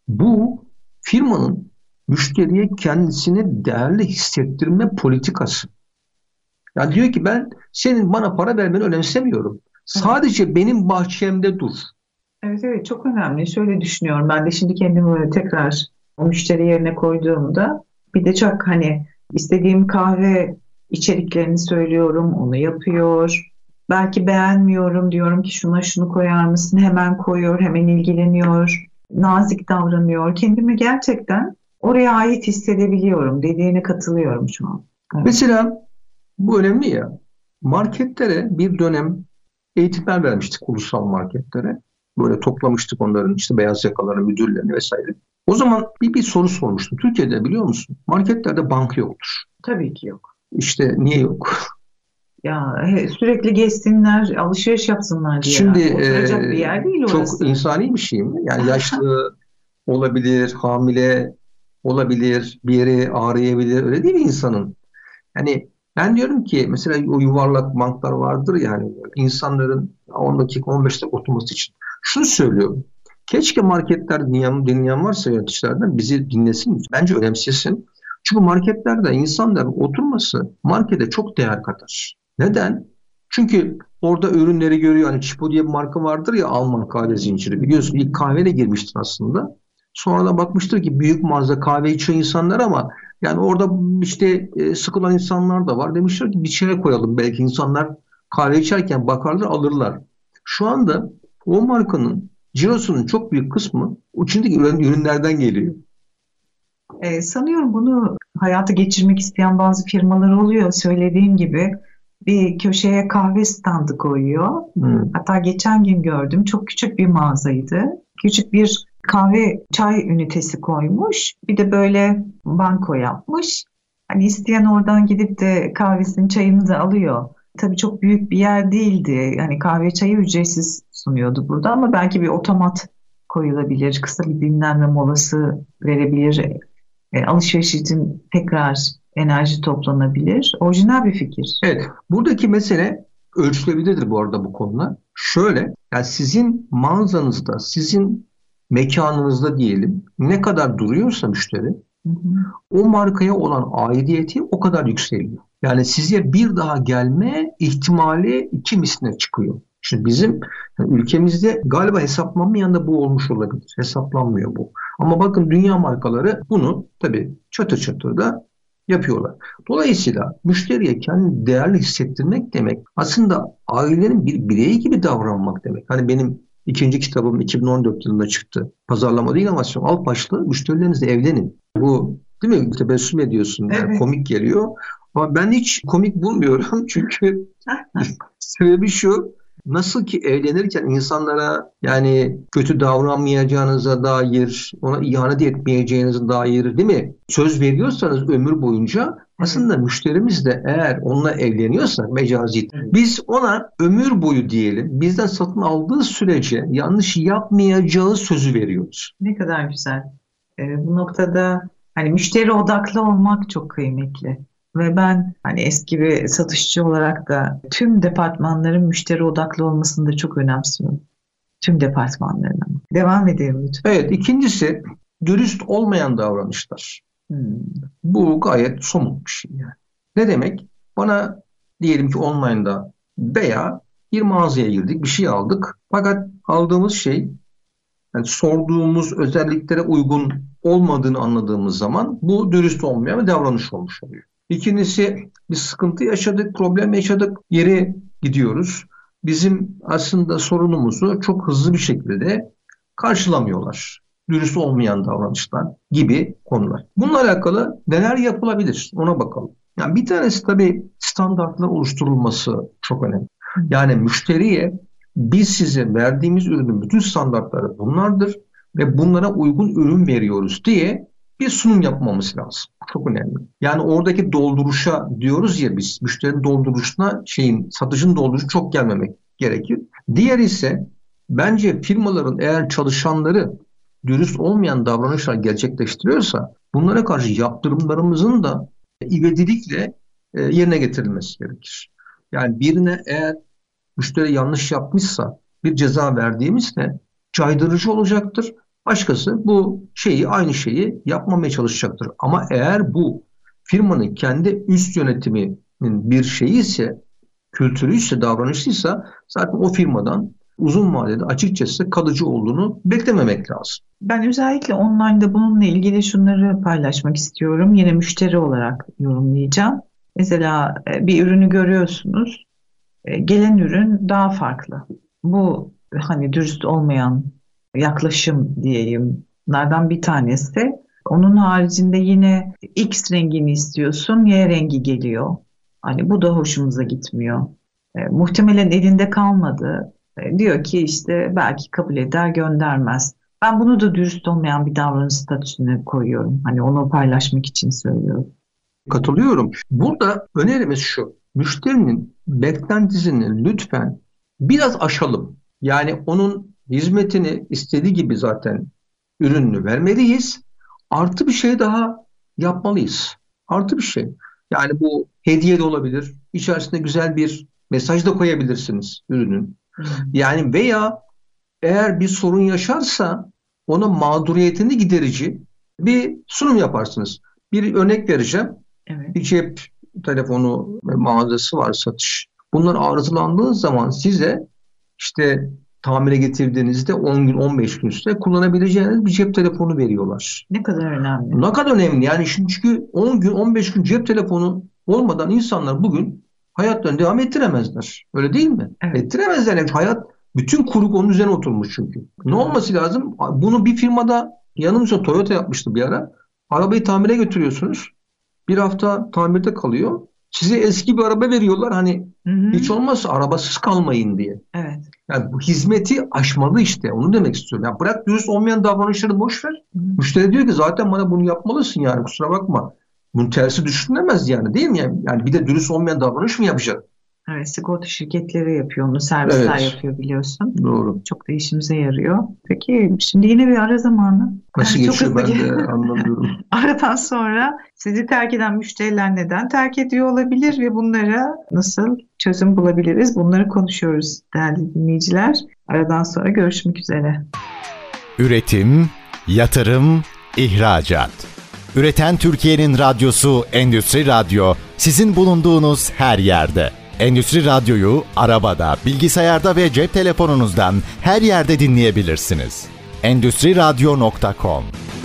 bu firmanın müşteriye kendisini değerli hissettirme politikası. Yani diyor ki ben senin bana para vermeni önemsemiyorum. Sadece evet. benim bahçemde dur. Evet evet çok önemli. Şöyle düşünüyorum. Ben de şimdi kendimi böyle tekrar o müşteri yerine koyduğumda bir de çok hani istediğim kahve içeriklerini söylüyorum. Onu yapıyor. Belki beğenmiyorum diyorum ki şuna şunu koyar mısın? Hemen koyuyor. Hemen ilgileniyor. Nazik davranıyor. Kendimi gerçekten oraya ait hissedebiliyorum. Dediğine katılıyorum şu an. Evet. Mesela bu önemli ya. Marketlere bir dönem eğitimler vermiştik ulusal marketlere. Böyle toplamıştık onların işte beyaz yakaları, müdürlerini vesaire. O zaman bir, bir soru sormuştum. Türkiye'de biliyor musun? Marketlerde banka yoktur. Tabii ki yok. İşte niye yok? Ya sürekli gezsinler, alışveriş yapsınlar diye. Şimdi yani. Oturacak e, bir yer değil orası. Çok insani bir şey mi? Yani yaşlı olabilir, hamile olabilir, bir yeri ağrıyabilir. Öyle değil mi insanın? Yani ben diyorum ki mesela o yuvarlak banklar vardır yani insanların on dakika on beş dakika oturması için. Şunu söylüyorum. Keşke marketler dinleyen, dinleyen varsa yöneticilerden bizi dinlesin. Bence önemsesin. Çünkü marketlerde insanların oturması markete çok değer katar. Neden? Çünkü orada ürünleri görüyor. Hani Çipo diye bir marka vardır ya, Alman kahve zinciri. Biliyorsun ilk kahveyle girmiştir aslında. Sonra da bakmıştır ki büyük mağaza kahve içiyor insanlar ama yani orada işte e, sıkılan insanlar da var. Demişler ki bir şeye koyalım. Belki insanlar kahve içerken bakarlar, alırlar. Şu anda o markanın cirosunun çok büyük kısmı içindeki ürünlerden geliyor. Ee, sanıyorum bunu hayata geçirmek isteyen bazı firmalar oluyor. Söylediğim gibi bir köşeye kahve standı koyuyor. Hmm. Hatta geçen gün gördüm, çok küçük bir mağazaydı. Küçük bir kahve çay ünitesi koymuş. Bir de böyle banko yapmış. Hani isteyen oradan gidip de kahvesini, çayını da alıyor. Tabii çok büyük bir yer değildi. Hani kahve çayı ücretsiz sunuyordu burada ama belki bir otomat koyulabilir. Kısa bir dinlenme molası verebilir. E, alışveriş için tekrar enerji toplanabilir. Orijinal bir fikir. Evet. Buradaki mesele ölçülebilirdir bu arada bu konuda. Şöyle, yani sizin mağazanızda, sizin mekanınızda diyelim ne kadar duruyorsa müşteri, hı hı, o markaya olan aidiyeti o kadar yükseliyor. Yani size bir daha gelme ihtimali iki misline çıkıyor. Şimdi bizim yani ülkemizde galiba hesaplanmayan da bu olmuş olabilir. Hesaplanmıyor bu. Ama bakın dünya markaları bunu tabii çatır çatır da yapıyorlar. Dolayısıyla müşteriye kendini değerli hissettirmek demek aslında ailenin bir bireyi gibi davranmak demek. Hani benim ikinci kitabım iki bin on dört yılında çıktı. Pazarlama değil ama alt başlığı müşterilerinizle evlenin. Bu değil mi? Tebessüm ediyorsun. Yani evet. Komik geliyor. Ama ben hiç komik bulmuyorum çünkü sebebi şu. Nasıl ki evlenirken insanlara yani kötü davranmayacağınıza dair, ona ihanet etmeyeceğinize dair değil mi? Söz veriyorsanız ömür boyunca aslında müşterimiz de eğer onunla evleniyorsa mecazi, biz ona ömür boyu diyelim bizden satın aldığı sürece yanlış yapmayacağı sözü veriyoruz. Ne kadar güzel. Ee, bu noktada hani müşteri odaklı olmak çok kıymetli. Ve ben hani eski bir satışçı olarak da tüm departmanların müşteri odaklı olmasını da çok önemsiyorum. Tüm departmanların. Devam edelim lütfen. Evet, ikincisi dürüst olmayan davranışlar. Hmm. Bu gayet somut bir şey yani. Ne demek? Bana diyelim ki online'da veya bir mağazaya girdik, bir şey aldık. Fakat aldığımız şey yani sorduğumuz özelliklere uygun olmadığını anladığımız zaman bu dürüst olmayan bir davranış olmuş oluyor. İkincisi bir sıkıntı yaşadık, problem yaşadık, yere gidiyoruz. Bizim aslında sorunumuzu çok hızlı bir şekilde karşılamıyorlar. Dürüst olmayan davranışlar gibi konular. Bununla alakalı neler yapılabilir ona bakalım. Yani bir tanesi tabii standartlar oluşturulması çok önemli. Yani müşteriye biz size verdiğimiz ürünün bütün standartları bunlardır ve bunlara uygun ürün veriyoruz diye bir sunum yapmamız lazım. Çok önemli. Yani oradaki dolduruşa diyoruz ya biz, müşterinin dolduruşuna şeyin, satışın dolduruşu çok gelmemek gerekir. Diğer ise bence firmaların eğer çalışanları dürüst olmayan davranışlar gerçekleştiriyorsa bunlara karşı yaptırımlarımızın da ivedilikle yerine getirilmesi gerekir. Yani birine eğer müşteri yanlış yapmışsa bir ceza verdiğimizde caydırıcı olacaktır. Başkası bu şeyi aynı şeyi yapmamaya çalışacaktır. Ama eğer bu firmanın kendi üst yönetiminin bir şeyi ise, kültürü ise, davranışıysa zaten o firmadan uzun vadede açıkçası kalıcı olduğunu beklememek lazım. Ben özellikle online'da bununla ilgili şunları paylaşmak istiyorum. Yine müşteri olarak yorumlayacağım. Mesela bir ürünü görüyorsunuz. Gelen ürün daha farklı. Bu hani dürüst olmayan yaklaşım diyeyim. Bunlardan bir tanesi. Onun haricinde yine X rengini istiyorsun, Y rengi geliyor. Hani bu da hoşumuza gitmiyor. E, muhtemelen elinde kalmadı. E, diyor ki işte belki kabul eder, göndermez. Ben bunu da dürüst olmayan bir davranış statüsüne koyuyorum. Hani onu paylaşmak için söylüyorum. Katılıyorum. Burada önerimiz şu. Müşterinin beklentisini lütfen biraz aşalım. Yani onun hizmetini istediği gibi zaten ürününü vermeliyiz. Artı bir şey daha yapmalıyız. Artı bir şey. Yani bu hediye de olabilir. İçerisinde güzel bir mesaj da koyabilirsiniz ürünün. Yani veya eğer bir sorun yaşarsa ona mağduriyetini giderici bir sunum yaparsınız. Bir örnek vereceğim. Evet. Bir cep telefonu mağazası var, satış. Bunlar arızalandığı zaman size işte tamire getirdiğinizde on gün on beş gün üstüne kullanabileceğiniz bir cep telefonu veriyorlar. Ne kadar önemli. Ne kadar önemli yani şimdi çünkü on gün on beş gün cep telefonu olmadan insanlar bugün hayatlarını devam ettiremezler. Öyle değil mi? Evet. Ettiremezler. Yani hayat bütün kurgu onun üzerine oturmuş çünkü. Ne olması lazım? Bunu bir firmada yanılmıyorsam Toyota yapmıştı bir ara. Arabayı tamire götürüyorsunuz. Bir hafta tamirde kalıyor. Size eski bir araba veriyorlar. Hani Hı hı. hiç olmazsa arabasız kalmayın diye. Evet. Yani bu hizmeti aşmalı işte. Onu demek istiyorum. Ya bırak dürüst olmayan davranışları boş ver. Hı hı. Müşteri diyor ki zaten bana bunu yapmalısın yani kusura bakma. Bunun tersi düşünülemez yani değil mi? Yani, yani bir de dürüst olmayan davranış mı yapacak? Evet, sigorta şirketleri yapıyor onu, servisler Evet. yapıyor biliyorsun. Doğru. Çok da işimize yarıyor. Peki şimdi yine bir ara zamanı. Nasıl Çok geçiyor hızlı ben de ge- anlamıyorum. Aradan sonra sizi terk eden müşteriler neden terk ediyor olabilir ve bunlara nasıl çözüm bulabiliriz? Bunları konuşuyoruz değerli dinleyiciler. Aradan sonra görüşmek üzere. Üretim, yatırım, ihracat. Üreten Türkiye'nin radyosu Endüstri Radyo sizin bulunduğunuz her yerde. Endüstri Radyo'yu arabada, bilgisayarda ve cep telefonunuzdan her yerde dinleyebilirsiniz. endüstri radyo nokta com.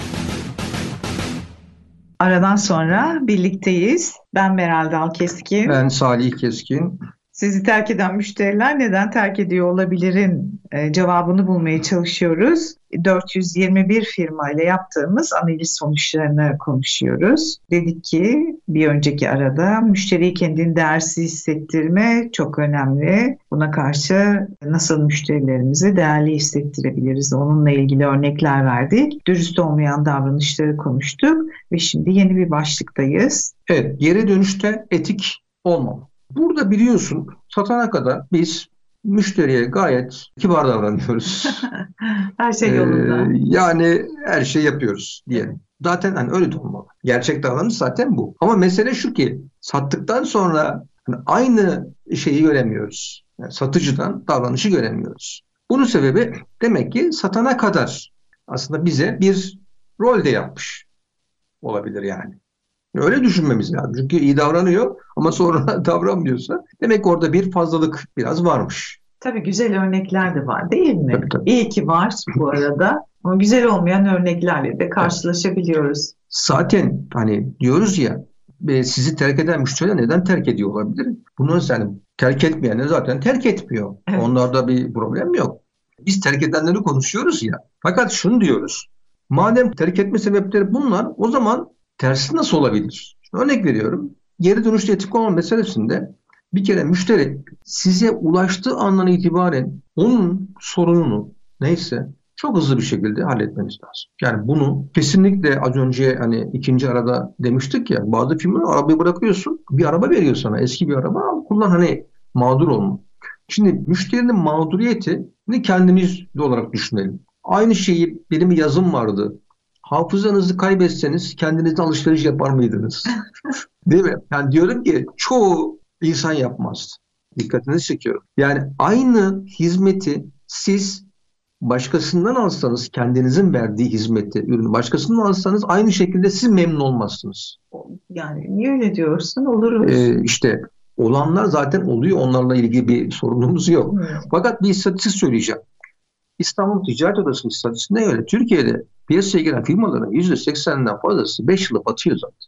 Aradan sonra birlikteyiz. Ben Meral Dalkeskin. Ben Salih Keskin. Sizi terk eden müşteriler neden terk ediyor olabilirin e, cevabını bulmaya çalışıyoruz. dört yüz yirmi bir firma ile yaptığımız analiz sonuçlarını konuşuyoruz. Dedik ki bir önceki arada müşteriyi kendini değersiz hissettirme çok önemli. Buna karşı nasıl müşterilerimizi değerli hissettirebiliriz? Onunla ilgili örnekler verdik. Dürüst olmayan davranışları konuştuk ve şimdi yeni bir başlıktayız. Evet, geri dönüşte etik olmamalı. Burada biliyorsun satana kadar biz müşteriye gayet kibar davranıyoruz. Her şey yolunda. Ee, yani her şey yapıyoruz diyelim. Zaten hani öyle de olmalı. Gerçek davranış zaten bu. Ama mesele şu ki sattıktan sonra hani aynı şeyi göremiyoruz. Yani satıcıdan davranışı göremiyoruz. Bunun sebebi demek ki satana kadar aslında bize bir rol de yapmış olabilir yani. Öyle düşünmemiz lazım. Çünkü iyi davranıyor ama sonra davranmıyorsa demek ki orada bir fazlalık biraz varmış. Tabii güzel örnekler de var değil mi? Tabii, tabii. İyi ki var bu arada. Ama güzel olmayan örneklerle de karşılaşabiliyoruz. Zaten hani diyoruz ya sizi terk eden müşteriler neden terk ediyor olabilir? Bunu yani terk etmeyenler zaten terk etmiyor. Evet. Onlarda bir problem yok. Biz terk edenleri konuşuyoruz ya. Fakat şunu diyoruz. Madem terk etme sebepleri bunlar o zaman tersi nasıl olabilir? Şimdi örnek veriyorum. Geri dönüşte etik olma meselesinde bir kere müşteri size ulaştığı andan itibaren onun sorununu neyse çok hızlı bir şekilde halletmeniz lazım. Yani bunu kesinlikle az önce hani ikinci arada demiştik ya bazı firmalar arabayı bırakıyorsun bir araba veriyor sana eski bir araba al kullan hani mağdur olma. Şimdi müşterinin mağduriyetini kendimiz de olarak düşünelim. Aynı şeyi benim bir yazım vardı. Hafızanızı kaybetseniz kendinizde alışveriş yapar mıydınız? Değil mi? Yani diyorum ki çoğu insan yapmaz. Dikkatinizi çekiyorum. Yani aynı hizmeti siz başkasından alsanız, kendinizin verdiği hizmeti, ürünü başkasından alsanız aynı şekilde siz memnun olmazsınız. Yani niye öyle diyorsun? Oluruz. Ee, işte olanlar zaten oluyor. Onlarla ilgili bir sorunumuz yok. Hmm. Fakat bir istatistik söyleyeceğim. İstanbul Ticaret Odası'nın istatistiğine göre Türkiye'de piyasaya giren firmaların yüzde sekseninden fazlası beş yıla batıyor zaten.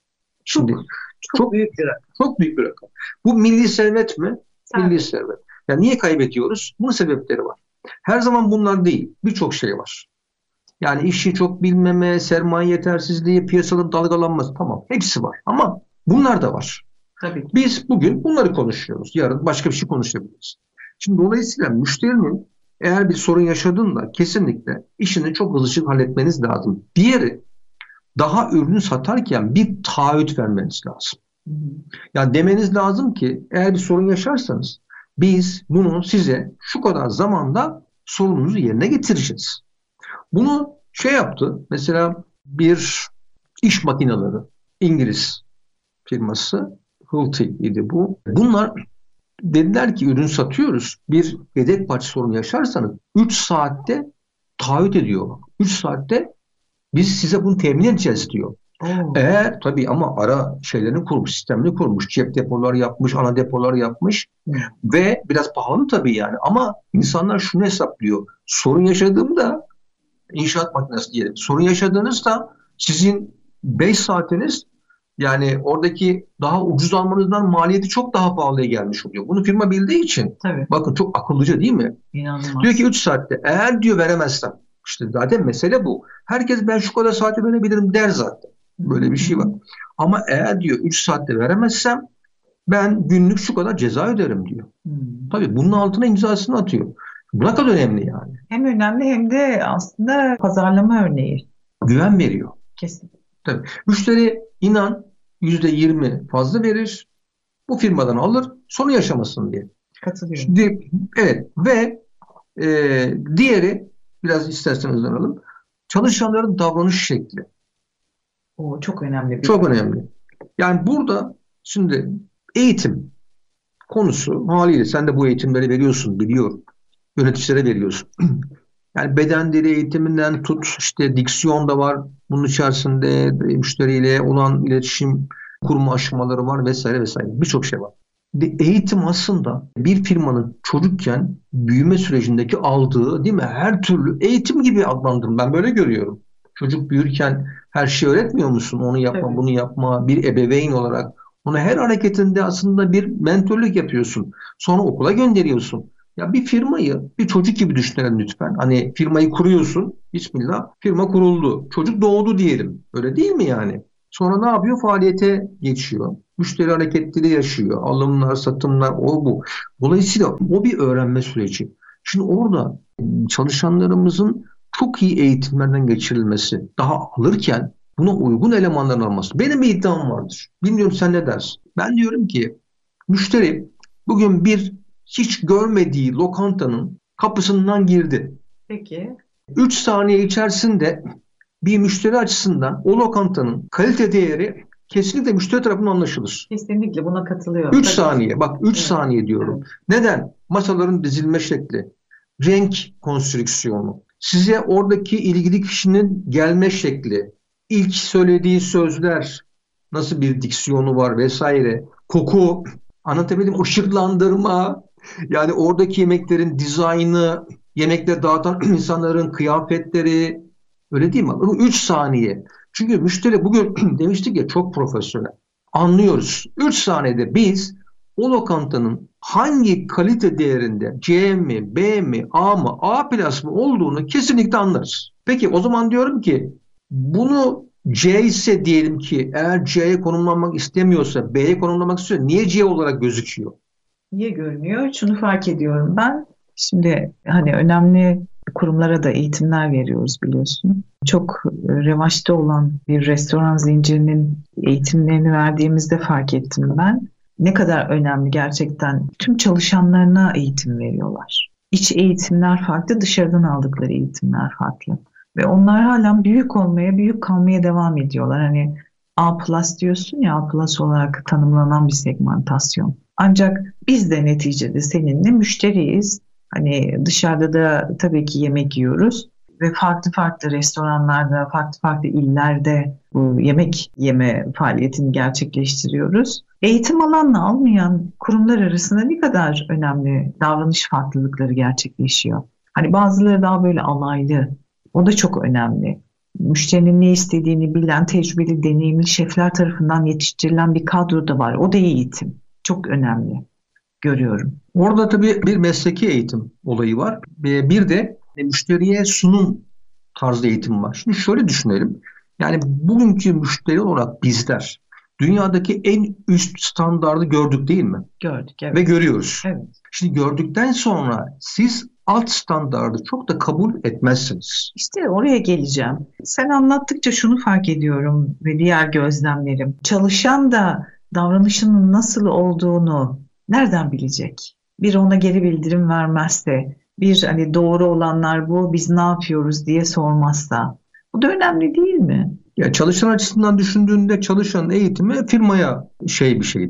Şimdi Çok, çok, çok büyük bir rakam. Çok büyük bir rakam. Bu milli servet mi? Servet. Milli servet. Yani niye kaybediyoruz? Bunun sebepleri var. Her zaman bunlar değil. Birçok şey var. Yani işi çok bilmeme, sermaye yetersizliği, piyasanın dalgalanması tamam. Hepsi var. Ama bunlar da var. Tabii. Biz bugün bunları konuşuyoruz. Yarın başka bir şey konuşabiliriz. Şimdi dolayısıyla müşterinin eğer bir sorun yaşadığında kesinlikle işini çok hızlı halletmeniz lazım. Diğeri daha ürünü satarken bir taahhüt vermeniz lazım. Yani demeniz lazım ki eğer bir sorun yaşarsanız biz bunu size şu kadar zamanda sorununuzu yerine getireceğiz. Bunu şey yaptı mesela bir iş makineleri İngiliz firması Hilti idi bu. Bunlar Dediler ki ürün satıyoruz. Bir yedek parça sorunu yaşarsanız üç saatte taahhüt ediyor. üç saatte biz size bunu temin edeceğiz diyor. Oo. Eğer tabii ama ara şeylerini kurmuş, sistemini kurmuş. Cep depoları yapmış, ana depolar yapmış. Hmm. Ve biraz pahalı tabii yani. Ama insanlar şunu hesaplıyor. Sorun yaşadığımda inşaat makinesi diyelim. Sorun yaşadığınızda sizin beş saatiniz yani oradaki daha ucuz almanızdan maliyeti çok daha pahalıya gelmiş oluyor. Bunu firma bildiği için tabii. Bakın çok akıllıca değil mi? İnanılmaz. Diyor ki üç saatte eğer diyor veremezsem işte zaten mesele bu. Herkes ben şu kadar saate verebilirim der zaten. Böyle bir şey var. Ama eğer diyor üç saatte veremezsem ben günlük şu kadar ceza öderim diyor. Hmm. Tabii bunun altına imzasını atıyor. Bu ne kadar önemli yani. Hem önemli hem de aslında pazarlama örneği. Güven veriyor. Kesinlikle. Tabii. Müşteri inan yüzde yirmi fazla verir. Bu firmadan alır. Sorun yaşamasın diye. Katılıyorum. Şimdi, evet ve e, diğeri biraz isterseniz uzanalım. Çalışanların davranış şekli. O çok önemli. Bir çok önemli. önemli. Yani burada şimdi eğitim konusu haliyle sen de bu eğitimleri veriyorsun biliyorum. Yöneticilere veriyorsun. Yani beden dili eğitiminden tut işte diksiyon da var. Bunun içerisinde müşteriyle olan iletişim kurma aşamaları var vesaire vesaire. Birçok şey var. Eğitim aslında bir firmanın çocukken büyüme sürecindeki aldığı değil mi? Her türlü eğitim gibi adlandırırım. Ben böyle görüyorum. Çocuk büyürken her şeyi öğretmiyor musun? Onu yapma, evet. Bunu yapma. Bir ebeveyn olarak ona her hareketinde aslında bir mentörlük yapıyorsun. Sonra okula gönderiyorsun. Ya bir firmayı bir çocuk gibi düşünelim lütfen. Hani firmayı kuruyorsun. Bismillah. Firma kuruldu. Çocuk doğdu diyelim. Öyle değil mi yani? Sonra ne yapıyor? Faaliyete geçiyor. Müşteri hareketleri yaşıyor. Alımlar, satımlar, o bu. Dolayısıyla o bir öğrenme süreci. Şimdi orada çalışanlarımızın çok iyi eğitimlerden geçirilmesi, daha alırken buna uygun elemanların alması. Benim bir iddiam vardır. Bilmiyorum sen ne dersin? Ben diyorum ki müşteri bugün bir hiç görmediği lokantanın kapısından girdi. Peki. üç saniye içerisinde bir müşteri açısından o lokantanın kalite değeri kesinlikle müşteri tarafından anlaşılır. Kesinlikle buna katılıyorum. üç saniye. Bak üç evet. saniye diyorum. Evet. Neden? Masaların dizilme şekli, renk konstrüksiyonu, size oradaki ilgili kişinin gelme şekli, ilk söylediği sözler, nasıl bir diksiyonu var vesaire, koku, anlatabildim, ışıklandırma, yani oradaki yemeklerin dizaynı, yemekleri dağıtan insanların kıyafetleri, öyle değil mi? üç saniye. Çünkü müşteri bugün demiştik ya çok profesyonel. Anlıyoruz. üç saniyede biz o lokantanın hangi kalite değerinde C mi, B mi, A mı, A plus mı olduğunu kesinlikle anlarız. Peki o zaman diyorum ki bunu C ise diyelim ki eğer C'ye konumlanmak istemiyorsa B'ye konumlanmak istiyor. Niye C olarak gözüküyor? Niye görünüyor? Şunu fark ediyorum ben. Şimdi hani önemli kurumlara da eğitimler veriyoruz biliyorsun. Çok revaçta olan bir restoran zincirinin eğitimlerini verdiğimizde fark ettim ben. Ne kadar önemli gerçekten. Tüm çalışanlarına eğitim veriyorlar. İç eğitimler farklı, dışarıdan aldıkları eğitimler farklı. Ve onlar hala büyük olmaya, büyük kalmaya devam ediyorlar. Hani A plus diyorsun ya, A plus olarak tanımlanan bir segmentasyon. Ancak biz de neticede seninle müşteriyiz. Hani dışarıda da tabii ki yemek yiyoruz ve farklı farklı restoranlarda, farklı farklı illerde bu yemek yeme faaliyetini gerçekleştiriyoruz. Eğitim alanla almayan kurumlar arasında ne kadar önemli davranış farklılıkları gerçekleşiyor. Hani bazıları daha böyle alaylı, o da çok önemli. Müşterinin ne istediğini bilen, tecrübeli, deneyimli şefler tarafından yetiştirilen bir kadro da var. O da eğitim. Çok önemli. Görüyorum. Orada tabii bir mesleki eğitim olayı var. Bir de müşteriye sunum tarzı eğitim var. Şimdi şöyle düşünelim. Yani bugünkü müşteri olarak bizler dünyadaki en üst standardı gördük değil mi? Gördük, evet. Ve görüyoruz. Evet. Şimdi gördükten sonra siz alt standardı çok da kabul etmezsiniz. İşte oraya geleceğim. Sen anlattıkça şunu fark ediyorum ve diğer gözlemlerim. Çalışan da davranışının nasıl olduğunu nereden bilecek? Bir ona geri bildirim vermezse, bir hani doğru olanlar bu, biz ne yapıyoruz diye sormazsa. Bu da önemli değil mi? Ya çalışan açısından düşündüğünde çalışanın eğitimi firmaya şey bir şeydir.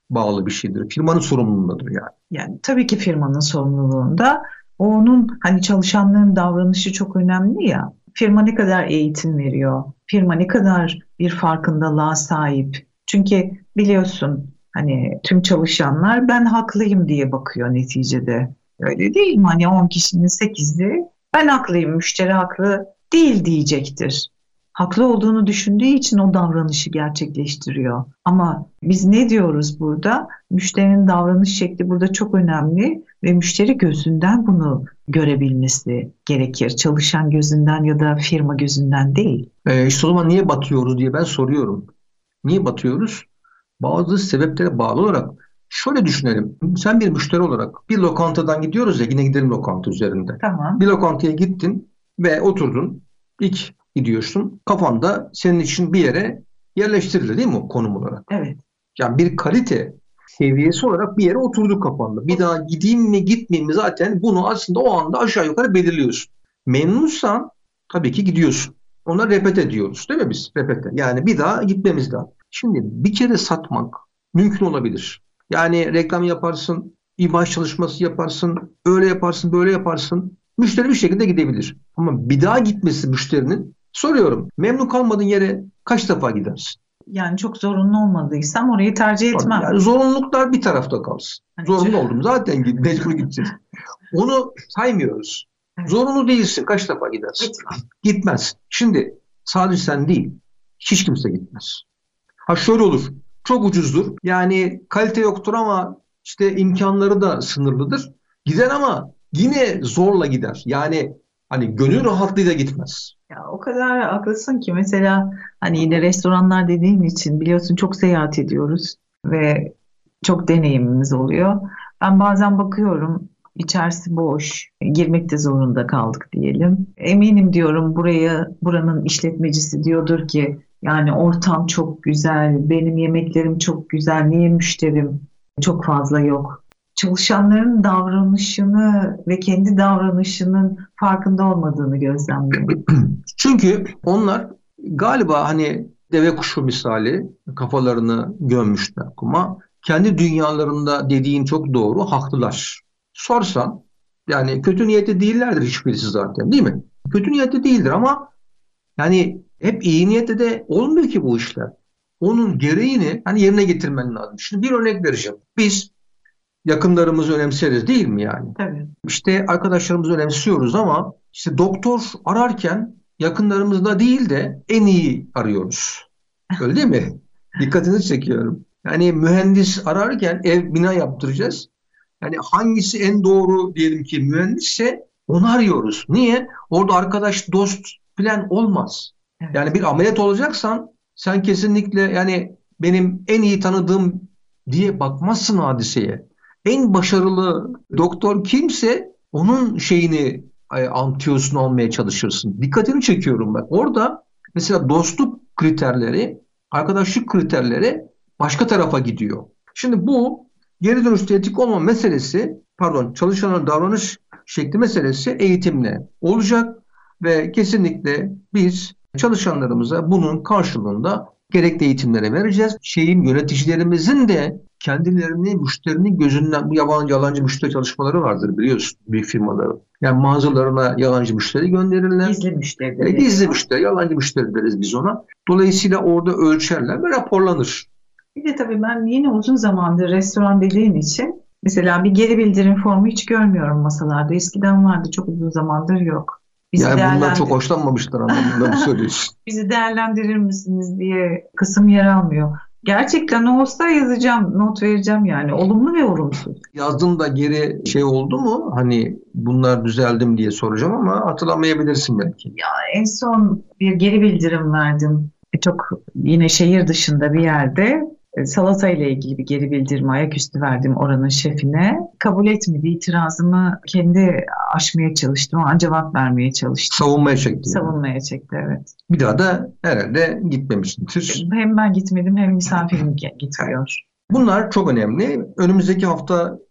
bağlı bir şeydir. Firmanın sorumluluğundadır yani. Yani tabii ki firmanın sorumluluğunda. Onun hani çalışanların davranışı çok önemli ya. Firma ne kadar eğitim veriyor? Firma ne kadar bir farkındalığa sahip? Çünkü biliyorsun hani tüm çalışanlar ben haklıyım diye bakıyor neticede. Öyle değil mi? Hani on kişinin sekizi ben haklıyım, müşteri haklı değil diyecektir. Haklı olduğunu düşündüğü için o davranışı gerçekleştiriyor. Ama biz ne diyoruz burada? Müşterinin davranış şekli burada çok önemli ve müşteri gözünden bunu görebilmesi gerekir. Çalışan gözünden ya da firma gözünden değil. E işte o zaman niye batıyoruz diye ben soruyorum. Niye batıyoruz? Bazı sebeplere bağlı olarak şöyle düşünelim. Sen bir müşteri olarak bir lokantadan gidiyoruz ya, yine gidelim lokanta üzerinde. Tamam. Bir lokantaya gittin ve oturdun. İlk gidiyorsun. Kafanda senin için bir yere yerleştirilir değil mi o konum olarak? Evet. Yani bir kalite seviyesi olarak bir yere oturdu kafanda. Bir daha gideyim mi gitmeyeyim mi zaten bunu aslında o anda aşağı yukarı belirliyorsun. Memnunsan tabii ki gidiyorsun. Ona repete ediyoruz değil mi biz? Repete. Yani bir daha gitmemiz lazım. Şimdi bir kere satmak mümkün olabilir. Yani reklam yaparsın, imaj çalışması yaparsın, öyle yaparsın, böyle yaparsın. Müşteri bir şekilde gidebilir. Ama bir daha gitmesi müşterinin, soruyorum, memnun kalmadığın yere kaç defa gidersin? Yani çok zorunlu olmadıysam orayı tercih etmem. Yani zorunluluklar bir tarafta kalsın. Hani Zorunlu çok... oldum zaten mecbur gideceğiz. Onu saymıyoruz. Evet. Zorunlu değilsin. Kaç defa gidersin? Gitmem. Gitmez. Şimdi sadece sen değil. Hiç kimse gitmez. Ha şöyle olur. Çok ucuzdur. Yani kalite yoktur ama işte imkanları da sınırlıdır. Gider ama yine zorla gider. Yani hani gönül rahatlığıyla gitmez. Ya o kadar haklısın ki mesela hani yine restoranlar dediğin için biliyorsun çok seyahat ediyoruz ve çok deneyimimiz oluyor. Ben bazen bakıyorum içerisi boş, girmekte zorunda kaldık diyelim. Eminim diyorum buraya buranın işletmecisi diyordur ki yani ortam çok güzel, benim yemeklerim çok güzel, niye müşterim çok fazla yok? Çalışanların davranışını ve kendi davranışının farkında olmadığını gözlemliyorum. Çünkü onlar galiba hani deve kuşu misali kafalarını gömmüşler kuma. Kendi dünyalarında dediğin çok doğru, haklılar. Sorsan yani kötü niyetli değillerdir hiçbirisi zaten değil mi? Kötü niyetli değildir ama yani hep iyi niyetli de olmuyor ki bu işler. Onun gereğini hani yerine getirmen lazım. Şimdi bir örnek vereceğim. Biz yakınlarımızı önemseriz değil mi yani? Evet. İşte arkadaşlarımızı önemsiyoruz ama işte doktor ararken yakınlarımızda değil de en iyi arıyoruz. Öyle değil mi? Dikkatinizi çekiyorum. Yani mühendis ararken ev bina yaptıracağız. Yani hangisi en doğru diyelim ki mühendisse onu arıyoruz. Niye? Orada arkadaş, dost falan olmaz. Evet. Yani bir ameliyat olacaksan sen kesinlikle yani benim en iyi tanıdığım diye bakmazsın hadiseye. En başarılı doktor kimse onun şeyini antiyosunu almaya çalışırsın. Dikkatini çekiyorum ben. Orada mesela dostluk kriterleri, arkadaşlık kriterleri başka tarafa gidiyor. Şimdi bu geri dönüşte etik olma meselesi, pardon çalışanların davranış şekli meselesi eğitimle olacak ve kesinlikle biz çalışanlarımıza bunun karşılığında gerekli eğitimleri vereceğiz. Şeyin yöneticilerimizin de kendilerini müşterinin gözünden, bu yabancı yalancı müşteri çalışmaları vardır biliyorsun büyük firmaların. Yani mağazalarına yalancı müşteri gönderirler. Gizli müşteri. E, gizli müşteri, yalancı müşteri deriz biz ona. Dolayısıyla orada ölçerler ve raporlanır. Bir de tabii ben yine uzun zamandır restoran dediğin için mesela bir geri bildirim formu hiç görmüyorum masalarda. Eskiden vardı, çok uzun zamandır yok. Bizi yani değerlendir- bundan çok hoşlanmamışlar anlamında mı söylüyorsun? Bizi değerlendirir misiniz diye kısım yer almıyor. Gerçekten o olsa yazacağım, not vereceğim yani. Olumlu ve olumsuz. Yazdım da geri şey oldu mu? Hani bunlar düzeldim diye soracağım ama hatırlamayabilirsin belki. Ya en son bir geri bildirim verdim. Çok yine şehir dışında bir yerde. Salata ile ilgili bir geri bildirimi ayaküstü verdim oranın şefine. Kabul etmedi. İtirazımı kendi aşmaya çalıştım. Ona cevap vermeye çalıştım. Savunmaya çekti. Savunmaya yani. çekti evet. Bir daha da herhalde gitmemişsindir. Hem ben gitmedim hem misafirim gitmiyor. Bunlar çok önemli. Önümüzdeki hafta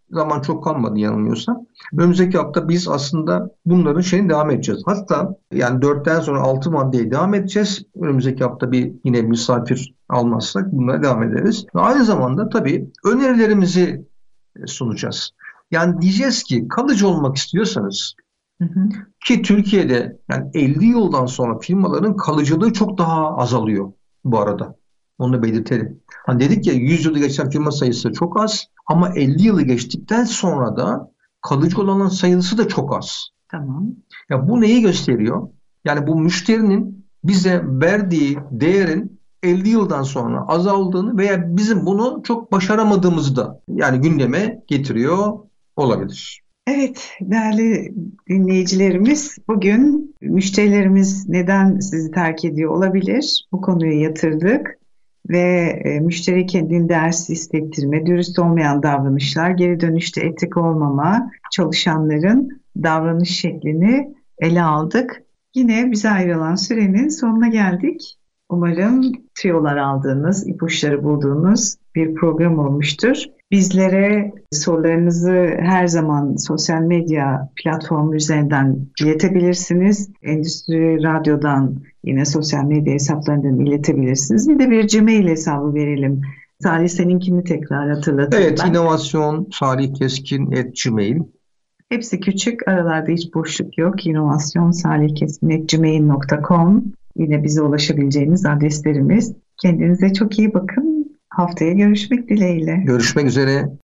zaman çok kalmadı yanılmıyorsam. Önümüzdeki hafta biz aslında bunların şeyini devam edeceğiz. Hatta yani dörtten sonra altı maddeye devam edeceğiz. Önümüzdeki hafta bir yine misafir almazsak bunlara devam ederiz. Ve aynı zamanda tabii önerilerimizi sunacağız. Yani diyeceğiz ki kalıcı olmak istiyorsanız, hı hı. ki Türkiye'de yani elli yıldan sonra firmaların kalıcılığı çok daha azalıyor bu arada. Onu da belirtelim. Hani dedik ya yüz yılı geçen firma sayısı çok az ama elli yılı geçtikten sonra da kalıcı olanların sayısı da çok az. Tamam. Ya bu neyi gösteriyor? Yani bu müşterinin bize verdiği değerin elli yıldan sonra azaldığını veya bizim bunu çok başaramadığımızı da yani gündeme getiriyor olabilir. Evet, değerli dinleyicilerimiz, bugün müşterilerimiz neden sizi terk ediyor olabilir? Bu konuyu yatırdık ve e, müşteri kendini değersiz hissettirme, dürüst olmayan davranışlar, geri dönüşte etik olmama, çalışanların davranış şeklini ele aldık. Yine bize ayrılan sürenin sonuna geldik. Umarım tüyolar aldığınız, ipuçları bulduğunuz bir program olmuştur. Bizlere sorularınızı her zaman sosyal medya platformu üzerinden iletebilirsiniz. Endüstri Radyo'dan yine sosyal medya hesaplarından iletebilirsiniz. Bir de bir Gmail hesabı verelim. Salih, seninkini tekrar hatırlatayım. Evet, ben. inovasyon salih keskin at gmail. Hepsi küçük, aralarda hiç boşluk yok. inovasyon salih keskin at gmail nokta com yine bize ulaşabileceğiniz adreslerimiz. Kendinize çok iyi bakın. Haftaya görüşmek dileğiyle. Görüşmek üzere.